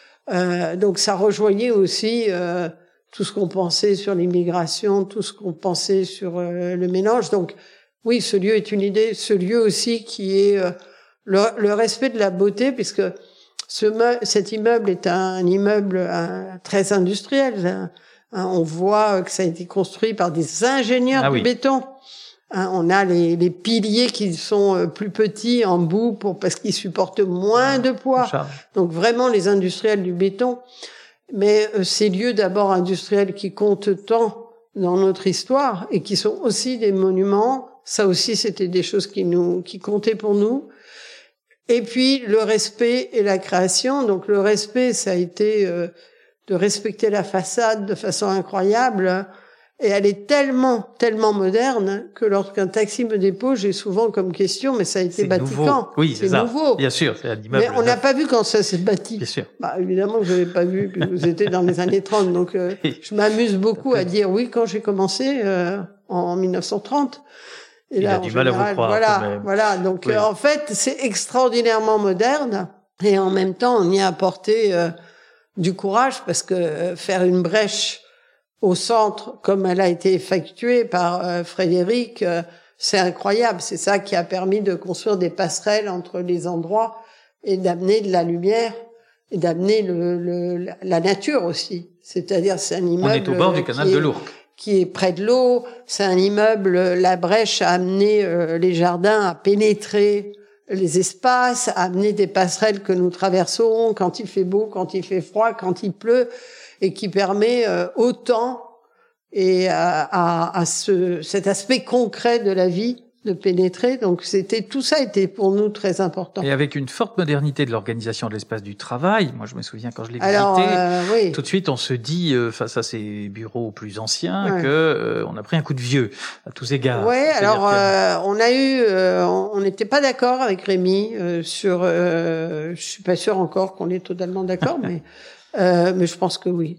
Euh, donc ça rejoignait aussi euh, tout ce qu'on pensait sur l'immigration, tout ce qu'on pensait sur euh, le mélange. Donc oui, ce lieu est une idée, ce lieu aussi qui est euh, le, le respect de la beauté, puisque Ce me, cet immeuble est un, un immeuble un, très industriel. Un, un, on voit que ça a été construit par des ingénieurs ah, du oui. béton. Un, on a les, les piliers qui sont plus petits en bout pour parce qu'ils supportent moins de poids. Donc vraiment les industriels du béton. Mais euh, ces lieux d'abord industriels qui comptent tant dans notre histoire et qui sont aussi des monuments, ça aussi c'était des choses qui nous qui comptaient pour nous. Et puis le respect et la création. Donc le respect, ça a été euh, de respecter la façade de façon incroyable. Et elle est tellement, tellement moderne que lorsqu'un taxi me dépose, j'ai souvent comme question, mais ça a été bâti quand ? Oui, c'est, c'est ça. nouveau. Bien sûr, c'est un immeuble. Mais on n'a pas vu quand ça s'est bâti. Bien sûr. Bah, évidemment que je l'avais pas vu, puis vous étiez dans les années trente. Donc euh, je m'amuse beaucoup à dire oui, quand j'ai commencé euh, en dix-neuf cent trente. Et il là, a du général, mal à vous croire. Voilà, voilà. Donc, oui. euh, en fait, c'est extraordinairement moderne. Et en même temps, on y a apporté euh, du courage parce que euh, faire une brèche au centre, comme elle a été effectuée par euh, Frédéric, euh, c'est incroyable. C'est ça qui a permis de construire des passerelles entre les endroits et d'amener de la lumière et d'amener le, le, la nature aussi. C'est-à-dire, c'est un immeuble... On est au bord du canal de l'Ourcq. Qui est près de l'eau, c'est un immeuble, la brèche a amené euh, les jardins à pénétrer les espaces, à amener des passerelles que nous traversons quand il fait beau, quand il fait froid, quand il pleut, et qui permet euh, autant et à, à, à ce, cet aspect concret de la vie de pénétrer. Donc c'était tout ça était pour nous très important. Et avec une forte modernité de l'organisation de l'espace du travail, moi je me souviens quand je l'ai Alors, visité, euh, oui. tout de suite on se dit euh, face à ces bureaux plus anciens ouais. que euh, on a pris un coup de vieux à tous égards. Ouais, alors euh, on a eu, euh, on n'était pas d'accord avec Rémi euh, sur, euh, je suis pas sûre encore qu'on est totalement d'accord, mais euh, mais je pense que oui.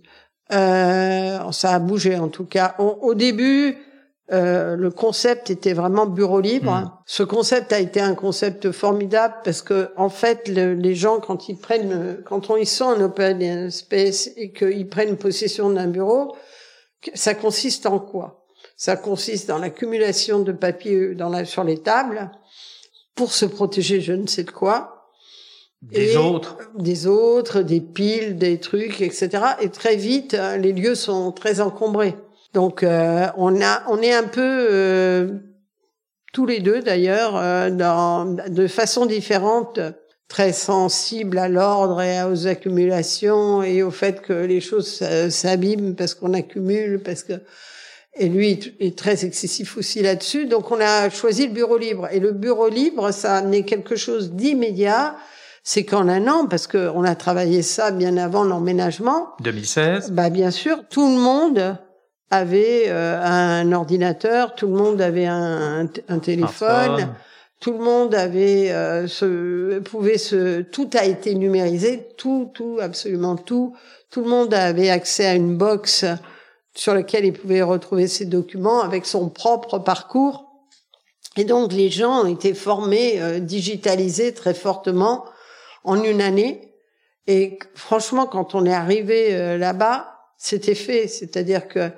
Euh, ça a bougé en tout cas. On, au début. Euh, le concept était vraiment bureau libre. Mmh. Ce concept a été un concept formidable parce que en fait, le, les gens quand ils prennent, quand on, ils sont en open space et qu'ils prennent possession d'un bureau, ça consiste en quoi ? Ça consiste dans l'accumulation de papier dans la, sur les tables pour se protéger je ne sais de quoi. Des et autres. Des autres, des piles, des trucs, et cetera. Et très vite, les lieux sont très encombrés. Donc, euh, on a, on est un peu, euh, tous les deux d'ailleurs, euh, dans, de façon différente, très sensibles à l'ordre et aux accumulations et au fait que les choses s'abîment parce qu'on accumule, parce que, et lui est très excessif aussi là-dessus. Donc, on a choisi le bureau libre. Et le bureau libre, ça a amené quelque chose d'immédiat. C'est qu'en un an, parce que on a travaillé ça bien avant l'emménagement. deux mille seize. Bah, bien sûr, tout le monde avait euh, un ordinateur, tout le monde avait un, un téléphone, Smartphone. Tout le monde avait euh, se pouvait se tout a été numérisé, tout tout absolument tout. Tout le monde avait accès à une box sur laquelle il pouvait retrouver ses documents avec son propre parcours. Et donc les gens ont été formés, euh, digitalisés très fortement en une année. Et franchement, quand on est arrivé euh, là-bas, c'était fait. C'est-à-dire que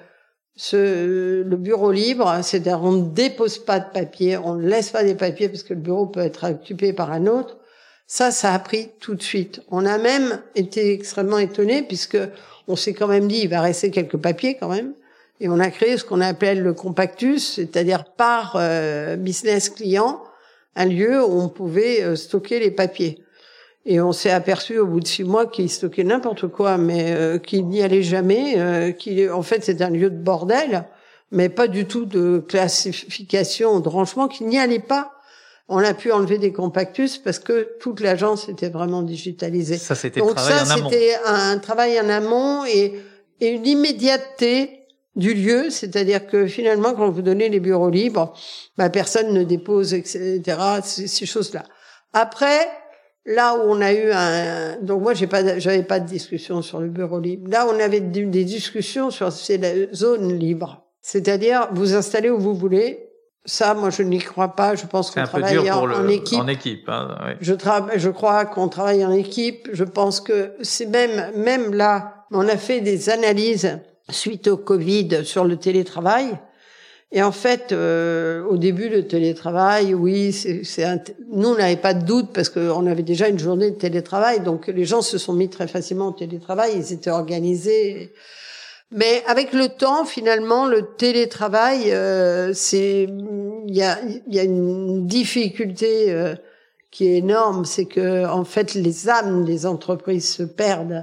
ce, le bureau libre, c'est-à-dire on ne dépose pas de papier, on ne laisse pas des papiers parce que le bureau peut être occupé par un autre. Ça, ça a pris tout de suite. On a même été extrêmement étonnés puisque on s'est quand même dit il va rester quelques papiers quand même. Et on a créé ce qu'on appelle le compactus, c'est-à-dire par euh, business client, un lieu où on pouvait euh, stocker les papiers. Et on s'est aperçu au bout de six mois qu'il stockait n'importe quoi, mais euh, qu'il n'y allait jamais. Euh, qu'il, en fait, c'est un lieu de bordel, mais pas du tout de classification, de rangement, qu'il n'y allait pas. On a pu enlever des compactus parce que toute l'agence était vraiment digitalisée. Ça, c'était Donc travail ça, en amont. c'était un travail en amont et, et une immédiateté du lieu, c'est-à-dire que finalement, quand vous donnez les bureaux libres, bah, personne ne dépose, et cetera, ces, ces choses-là. Après, là où on a eu un, donc moi j'ai pas, j'avais pas de discussion sur le bureau libre. Là, on avait des discussions sur ces zones libres, c'est-à-dire vous installez où vous voulez. Ça, moi, je n'y crois pas. Je pense qu'on travaille en, le, en équipe. En équipe, hein, ouais. Je, tra- je crois qu'on travaille en équipe. Je pense que c'est même, même là, on a fait des analyses suite au Covid sur le télétravail. Et en fait, euh, au début, le télétravail, oui, c'est, c'est un t- nous, on n'avait pas de doute parce qu'on avait déjà une journée de télétravail. Donc, les gens se sont mis très facilement au télétravail. Ils étaient organisés. Mais avec le temps, finalement, le télétravail, euh, c'est, il y a, il y a une difficulté euh, qui est énorme, c'est que en fait, les âmes des entreprises se perdent.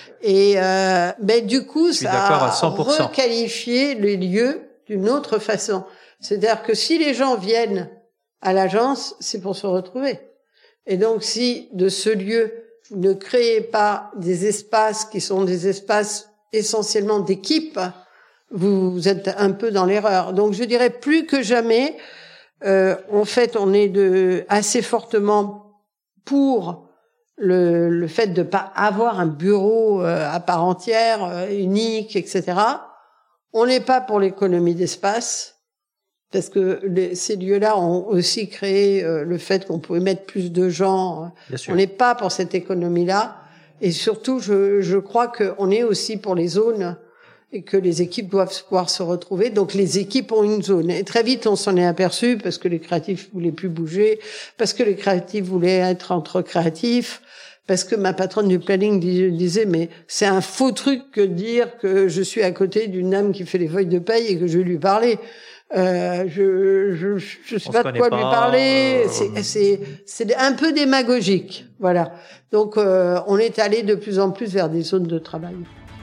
Et euh, ben du coup, ça a requalifié les lieux d'une autre façon. C'est-à-dire que si les gens viennent à l'agence, c'est pour se retrouver. Et donc, si de ce lieu, vous ne créez pas des espaces qui sont des espaces essentiellement d'équipe, vous êtes un peu dans l'erreur. Donc, je dirais plus que jamais, euh, en fait, on est de assez fortement pour le, le fait de pas avoir un bureau euh, à part entière, euh, unique, et cetera. On n'est pas pour l'économie d'espace, parce que les, ces lieux-là ont aussi créé euh, le fait qu'on pouvait mettre plus de gens. On n'est pas pour cette économie-là. Et surtout, je, je crois qu'on est aussi pour les zones et que les équipes doivent pouvoir se retrouver. Donc, les équipes ont une zone. Et très vite, on s'en est aperçu parce que les créatifs voulaient plus bouger, parce que les créatifs voulaient être entre créatifs, parce que ma patronne du planning disait, mais c'est un faux truc que de dire que je suis à côté d'une dame qui fait les feuilles de paye et que je vais lui parler. Euh, je, je, je sais pas de quoi pas, lui parler. Euh... C'est, c'est, c'est un peu démagogique. Voilà. Donc, euh, on est allé de plus en plus vers des zones de travail.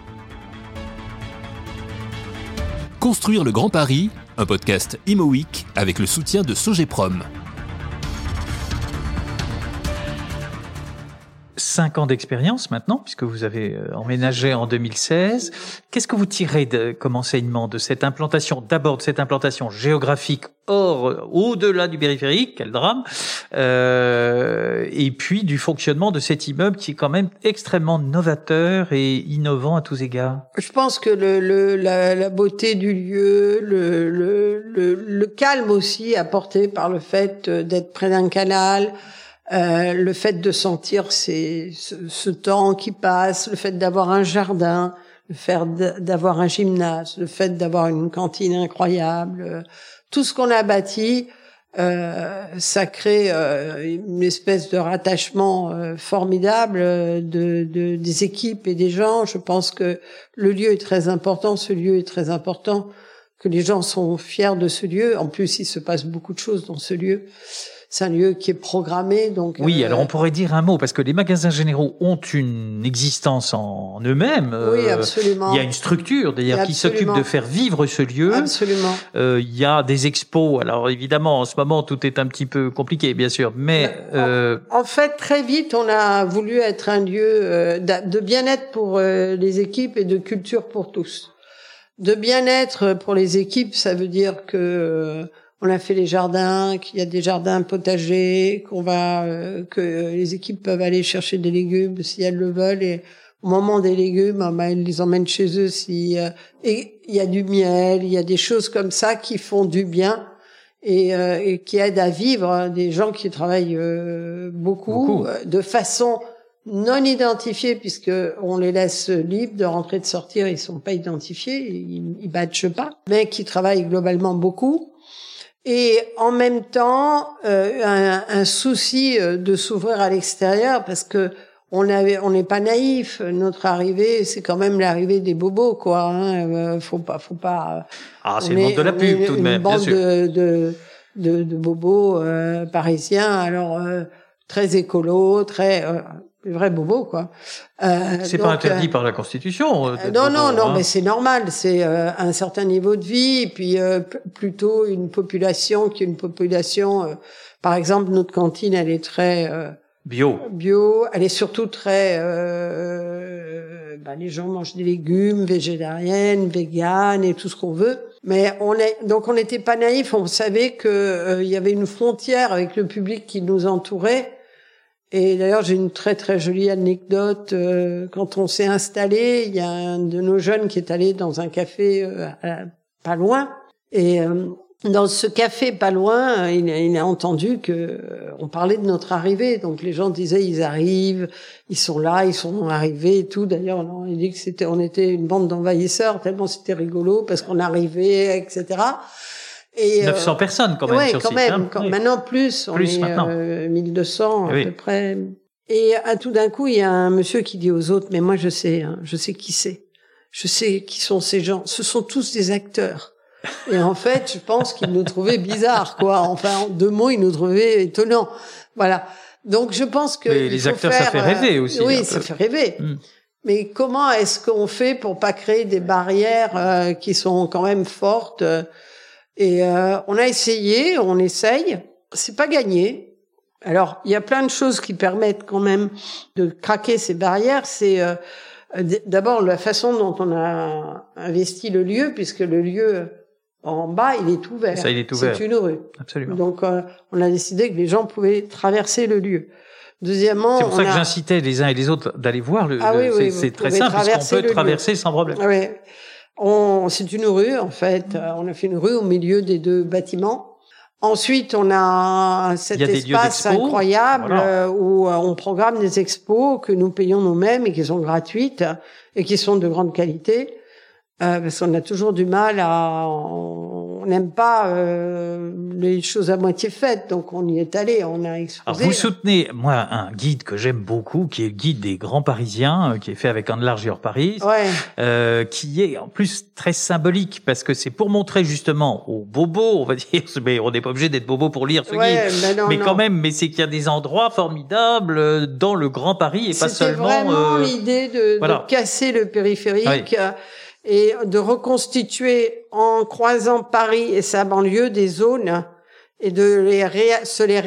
Construire le Grand Paris, un podcast Imo Week avec le soutien de Sogeprom. Cinq ans d'expérience maintenant, puisque vous avez emménagé en deux mille seize. Qu'est-ce que vous tirez de, comme enseignement de cette implantation, d'abord de cette implantation géographique hors, au-delà du périphérique, quel drame, euh, et puis du fonctionnement de cet immeuble qui est quand même extrêmement novateur et innovant à tous égards? Je pense que le, le, la, la beauté du lieu, le, le, le, le calme aussi apporté par le fait d'être près d'un canal, Euh, le fait de sentir ces, ce, ce temps qui passe, le fait d'avoir un jardin, le fait d'avoir un gymnase, le fait d'avoir une cantine incroyable, tout ce qu'on a bâti Euh, ça crée euh, une espèce de rattachement euh, formidable de, de des équipes et des gens. Je pense que le lieu est très important. Ce lieu est très important. Que les gens sont fiers de ce lieu. En plus, il se passe beaucoup de choses dans ce lieu. C'est un lieu qui est programmé, donc. Oui, euh, alors on pourrait dire un mot parce que les magasins généraux ont une existence en eux-mêmes. Oui, absolument. Il y a une structure d'ailleurs qui s'occupe de faire vivre ce lieu. Absolument. Euh, il y a des expos. Alors évidemment, en ce moment, tout est un petit peu compliqué, bien sûr, mais euh... en, en fait, très vite, on a voulu être un lieu euh, de bien-être pour euh, les équipes et de culture pour tous. De bien-être pour les équipes, ça veut dire que euh, on a fait les jardins, qu'il y a des jardins potagers, qu'on va, euh, que les équipes peuvent aller chercher des légumes si elles le veulent, et au moment des légumes, bah, elles les emmènent chez eux. Si euh, et il y a du miel, il y a des choses comme ça qui font du bien et, euh, et qui aident à vivre. Des gens qui travaillent euh, beaucoup, beaucoup. Euh, de façon non identifiés, puisque on les laisse libres de rentrer et de sortir, ils sont pas identifiés, ils, ils badgent pas, mais qui travaillent globalement beaucoup. Et en même temps, euh, un, un souci de s'ouvrir à l'extérieur, parce que on avait, on n'est pas naïf. Notre arrivée, c'est quand même l'arrivée des bobos, quoi. Hein. Faut pas, faut pas. Ah, c'est le monde de la pub, tout de même, bien sûr. Une bande de, de, de, de bobos euh, parisiens, alors euh, très écolo, très. Euh, Les vrais bobos, quoi. Euh, c'est donc, pas interdit euh, par la Constitution. Euh, non, bobo, non, non, hein. Mais c'est normal. C'est euh, un certain niveau de vie, et puis euh, p- plutôt une population qui est une population. Euh, par exemple, notre cantine, elle est très euh, bio. Bio. Elle est surtout très. Euh, bah, les gens mangent des légumes, végétariennes, véganes et tout ce qu'on veut. Mais on est donc on n'était pas naïfs. On savait que euh, il y avait une frontière avec le public qui nous entourait. Et d'ailleurs, j'ai une très très jolie anecdote. Euh, quand on s'est installé, il y a un de nos jeunes qui est allé dans un café euh, à, pas loin. Et euh, dans ce café pas loin, il a, il a entendu que euh, on parlait de notre arrivée. Donc les gens disaient ils arrivent, ils sont là, ils sont arrivés et tout. D'ailleurs, on a dit que c'était, on était une bande d'envahisseurs tellement c'était rigolo parce qu'on arrivait, et cetera. Et neuf cents euh, personnes quand même ouais, sur quand site. Même, hein. quand oui. Maintenant plus, on plus est maintenant. Euh, mille deux cents à oui. peu près. Et à tout d'un coup, il y a un monsieur qui dit aux autres, mais moi je sais, hein, je sais qui c'est. Je sais qui sont ces gens. Ce sont tous des acteurs. Et en fait, je pense qu'ils nous trouvaient bizarres, quoi. Enfin, en deux mots, ils nous trouvaient étonnants. Voilà. Donc je pense que mais les acteurs, faire, ça fait rêver aussi. Oui, ça fait rêver. Mm. Mais comment est-ce qu'on fait pour pas créer des barrières euh, qui sont quand même fortes euh, Et euh, on a essayé, on essaye. C'est pas gagné. Alors, il y a plein de choses qui permettent quand même de craquer ces barrières. C'est euh, d'abord la façon dont on a investi le lieu, puisque le lieu en bas, il est ouvert. Ça, il est ouvert. C'est une rue. Absolument. Donc, euh, on a décidé que les gens pouvaient traverser le lieu. Deuxièmement, c'est pour ça on que a... j'incitais les uns et les autres d'aller voir le. Ah, le oui, c'est oui, c'est très simple puisqu'on peut traverser sans problème. Ah, oui. On, c'est une rue en fait. On a fait une rue au milieu des deux bâtiments. Ensuite, on a cet espace incroyable voilà. où on programme des expos que nous payons nous-mêmes et qui sont gratuites et qui sont de grande qualité. Euh, parce qu'on a toujours du mal à... On n'aime pas euh, les choses à moitié faites, donc on y est allé, on a exposé. Alors vous soutenez, moi, un guide que j'aime beaucoup, qui est le guide des grands Parisiens, qui est fait avec Enlarge Your Paris, ouais. euh, qui est en plus très symbolique, parce que c'est pour montrer justement aux bobos, on va dire, mais on n'est pas obligé d'être bobo pour lire ce ouais, guide, ben non, mais non. quand même, mais c'est qu'il y a des endroits formidables dans le Grand Paris, et pas C'était seulement... C'était vraiment euh, l'idée de, voilà. de casser le périphérique... Oui. et de reconstituer en croisant Paris et sa banlieue des zones et de les ré, se les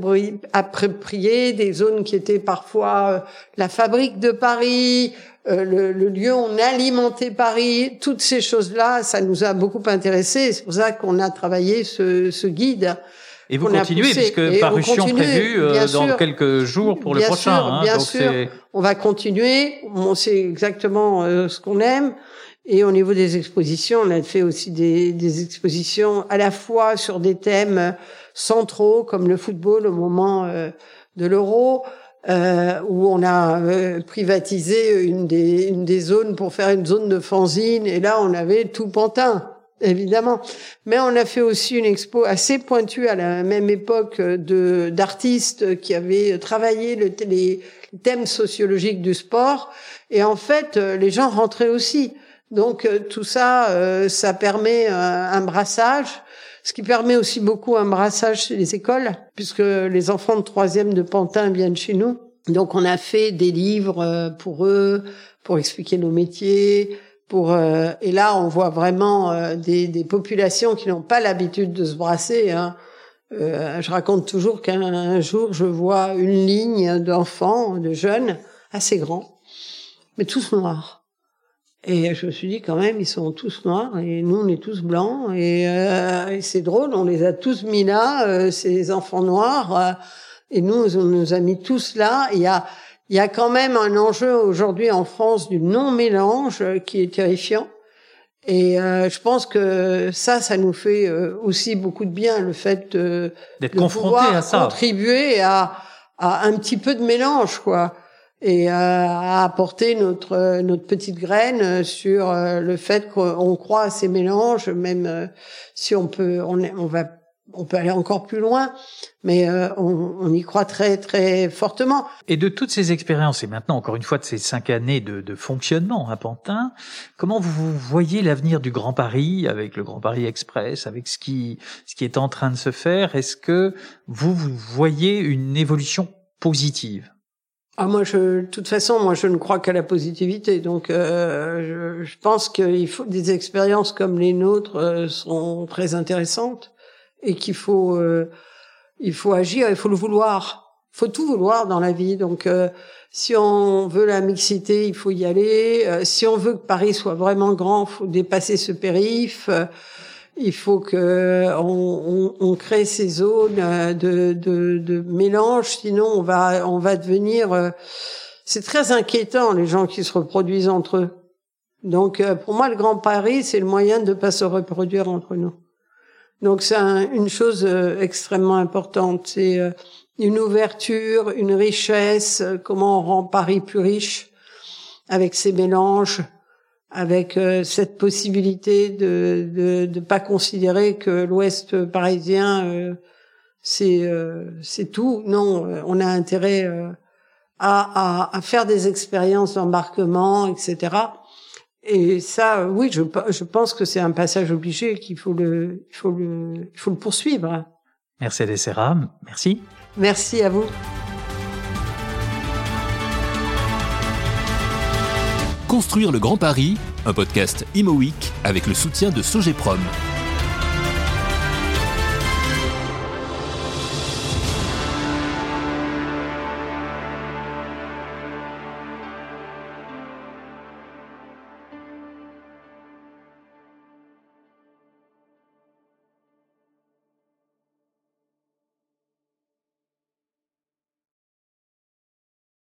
réapproprier, des zones qui étaient parfois euh, la fabrique de Paris, euh, le, le lieu où on alimentait Paris, toutes ces choses-là, ça nous a beaucoup intéressés. C'est pour ça qu'on a travaillé ce, ce guide. Et vous continuez, puisque parution prévue euh, dans sûr, quelques jours pour le bien prochain. Sûr, hein, bien donc sûr, on va continuer. On sait exactement euh, ce qu'on aime. Et au niveau des expositions, on a fait aussi des, des expositions à la fois sur des thèmes centraux comme le football au moment euh, de l'Euro, euh, où on a euh, privatisé une des, une des zones pour faire une zone de fanzine. Et là, on avait tout Pantin. Évidemment. Mais on a fait aussi une expo assez pointue à la même époque de d'artistes qui avaient travaillé le, les thèmes sociologiques du sport. Et en fait, les gens rentraient aussi. Donc tout ça, euh, ça permet un, un brassage. Ce qui permet aussi beaucoup un brassage chez les écoles, puisque les enfants de troisième de Pantin viennent chez nous. Donc on a fait des livres pour eux, pour expliquer nos métiers. Pour euh, et là, on voit vraiment euh, des, des populations qui n'ont pas l'habitude de se brasser. Hein. Euh, je raconte toujours qu'un jour, je vois une ligne d'enfants, de jeunes, assez grands, mais tous noirs. Et je me suis dit, quand même, ils sont tous noirs et nous, on est tous blancs. Et, euh, et c'est drôle, on les a tous mis là, euh, ces enfants noirs. Euh, et nous, on nous a mis tous là. Il y a... Il y a quand même un enjeu aujourd'hui en France du non-mélange qui est terrifiant. Et euh, je pense que ça, ça nous fait euh, aussi beaucoup de bien, le fait de, d'être de confronté pouvoir à ça, contribuer à, à un petit peu de mélange, quoi, et euh, à apporter notre notre petite graine sur euh, le fait qu'on croit à ces mélanges, même euh, si on peut, on, on va On peut aller encore plus loin, mais euh, on, on y croit très très fortement. Et de toutes ces expériences, et maintenant encore une fois de ces cinq années de, de fonctionnement à Pantin, comment vous voyez l'avenir du Grand Paris avec le Grand Paris Express, avec ce qui ce qui est en train de se faire? Est-ce que vous, vous voyez une évolution positive? Ah moi, je, de toute façon, moi je ne crois qu'à la positivité. Donc, euh, je, je pense qu'il faut des expériences comme les nôtres euh, sont très intéressantes. Et qu'il faut euh, il faut agir, il faut le vouloir. Il faut tout vouloir dans la vie. Donc euh, si on veut la mixité, il faut y aller. Euh, si on veut que Paris soit vraiment grand, il faut dépasser ce périph. Euh, il faut que on, on, on crée ces zones de de de mélange, sinon on va on va devenir euh, c'est très inquiétant les gens qui se reproduisent entre eux. Donc euh, pour moi le Grand Paris, c'est le moyen de pas se reproduire entre nous. Donc c'est un, une chose euh, extrêmement importante, c'est euh, une ouverture, une richesse, euh, comment on rend Paris plus riche avec ces mélanges, avec euh, cette possibilité de de de pas considérer que l'Ouest parisien euh, c'est euh, c'est tout. Non, euh, on a intérêt euh, à, à à faire des expériences d'embarquement, et cetera. Et ça, oui, je, je pense que c'est un passage obligé, qu'il faut le, il faut le, il faut le poursuivre. Mercedes Serra, merci. Merci à vous. Construire le Grand Paris, un podcast Imo Week avec le soutien de Sogeprom.